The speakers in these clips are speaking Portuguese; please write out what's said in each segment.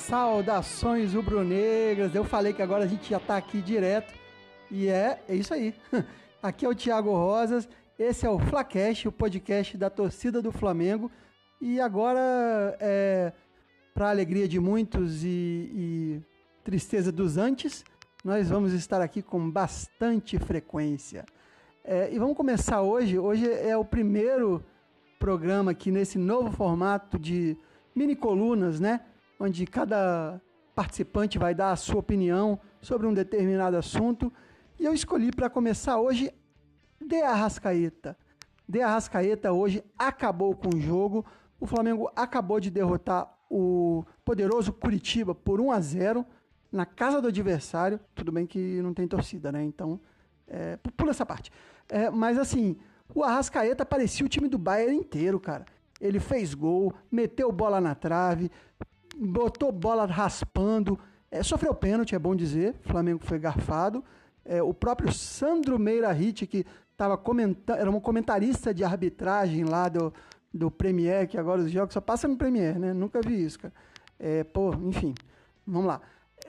Saudações rubro-negras. Eu falei que agora a gente já tá aqui direto. E é isso aí. Aqui é o Thiago Rosas. Esse é o Flacast, o podcast da torcida do Flamengo. E agora, para alegria de muitos e tristeza dos antes, nós vamos estar aqui com bastante frequência. E vamos começar hoje. Hoje é o primeiro programa aqui nesse novo formato de mini colunas, né? Onde cada participante vai dar a sua opinião sobre um determinado assunto. E eu escolhi para começar hoje De Arrascaeta. De Arrascaeta hoje acabou com o jogo. O Flamengo acabou de derrotar o poderoso Curitiba por 1-0 na casa do adversário. Tudo bem que não tem torcida, né? Então, pula essa parte. Mas assim, o Arrascaeta parecia o time do Bayern inteiro, cara. Ele fez gol, meteu bola na trave, botou bola raspando, sofreu pênalti, é bom dizer. O Flamengo foi garfado. O próprio Sandro Meirahit, que estava comentando, era um comentarista de arbitragem lá do Premier, que agora os jogos só passam no Premier, né? Nunca vi isso, cara. Enfim, vamos lá.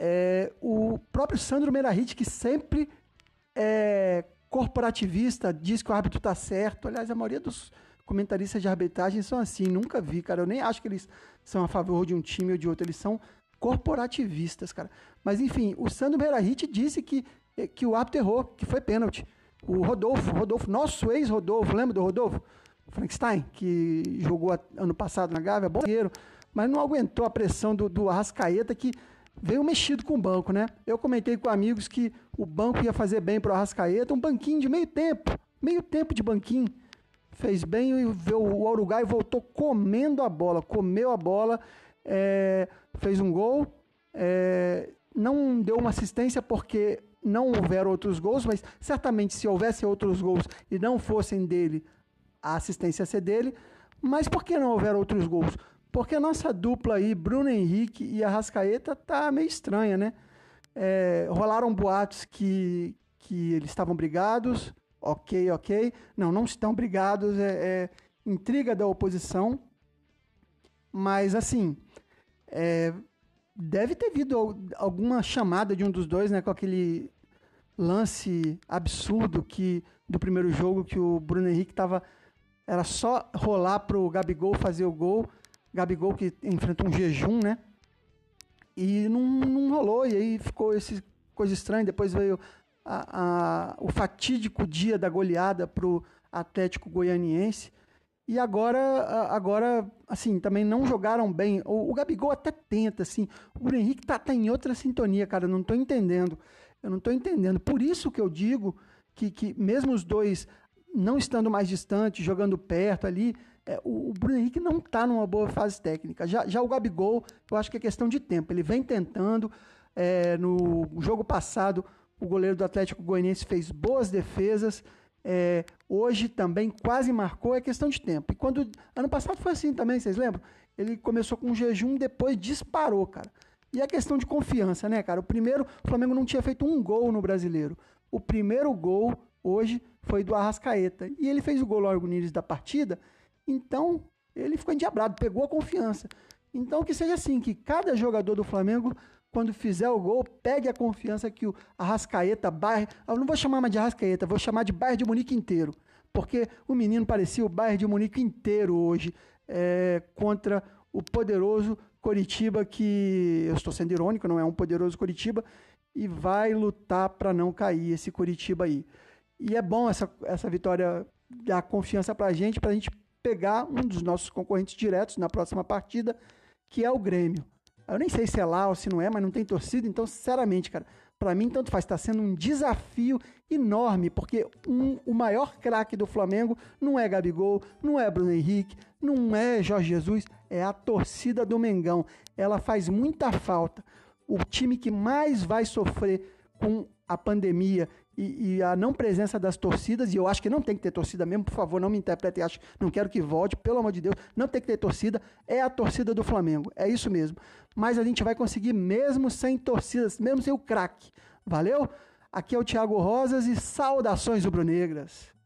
O próprio Sandro Meirahit, que sempre é corporativista, diz que o árbitro tá certo. Aliás, a maioria dos comentaristas de arbitragem são assim, nunca vi, cara. Eu nem acho que eles são a favor de um time ou de outro, eles são corporativistas, cara. Mas enfim, o Sandro Meirahit disse que o árbitro errou, que foi pênalti. O Rodolfo, nosso ex-Rodolfo, lembra do Rodolfo? Frankenstein, que jogou ano passado na Gávea, bom zagueiro, mas não aguentou a pressão do Arrascaeta, que veio mexido com o banco, né? Eu comentei com amigos que o banco ia fazer bem pro Arrascaeta, um banquinho de meio tempo de banquinho. Fez bem e o Uruguai voltou comendo a bola, comeu a bola, fez um gol, não deu uma assistência porque não houveram outros gols, mas certamente se houvesse outros gols e não fossem dele, a assistência ia ser dele. Mas por que não houveram outros gols? Porque a nossa dupla aí, Bruno Henrique e Arrascaeta, tá meio estranha, né? Rolaram boatos que eles estavam brigados. Ok. Não estão brigados, intriga da oposição. Mas, assim, deve ter havido alguma chamada de um dos dois, né? Com aquele lance absurdo do primeiro jogo, que o Bruno Henrique era só rolar pro Gabigol fazer o gol. Gabigol que enfrentou um jejum, né? E não rolou, e aí ficou essa coisa estranha. Depois veio o fatídico dia da goleada pro Atlético Goianiense. E agora, assim, também não jogaram bem. O Gabigol até tenta, assim. O Bruno Henrique tá em outra sintonia, cara. Eu não tô entendendo. Por isso que eu digo que mesmo os dois não estando mais distantes, jogando perto ali, o Bruno Henrique não tá numa boa fase técnica. Já o Gabigol, eu acho que é questão de tempo. Ele vem tentando. No jogo passado, o goleiro do Atlético Goianiense fez boas defesas. Hoje também quase marcou, é questão de tempo. E ano passado foi assim também, vocês lembram? Ele começou com um jejum, depois disparou, cara. E é questão de confiança, né, cara? O Flamengo não tinha feito um gol no Brasileiro. O primeiro gol hoje foi do Arrascaeta. E ele fez o gol logo no início da partida, então ele ficou endiabrado, pegou a confiança. Então que seja assim, que cada jogador do Flamengo, quando fizer o gol, pegue a confiança que o Arrascaeta, eu não vou chamar mais de Arrascaeta, vou chamar de Bayern de Munique inteiro, porque o menino parecia o Bayern de Munique inteiro hoje, contra o poderoso Coritiba, que eu estou sendo irônico, não é um poderoso Coritiba, e vai lutar para não cair esse Coritiba aí. E é bom essa vitória dar confiança pra gente pegar um dos nossos concorrentes diretos na próxima partida, que é o Grêmio. Eu nem sei se é lá ou se não é, mas não tem torcida, então, sinceramente, cara, pra mim, tanto faz. Tá sendo um desafio enorme, porque o maior craque do Flamengo não é Gabigol, não é Bruno Henrique, não é Jorge Jesus, é a torcida do Mengão. Ela faz muita falta. O time que mais vai sofrer com a pandemia e a não presença das torcidas, e eu acho que não tem que ter torcida mesmo, por favor, não me interpretem, não quero que volte, pelo amor de Deus, não tem que ter torcida, é a torcida do Flamengo, é isso mesmo. Mas a gente vai conseguir mesmo sem torcidas, mesmo sem o craque. Valeu? Aqui é o Thiago Rosas e saudações rubro-negras.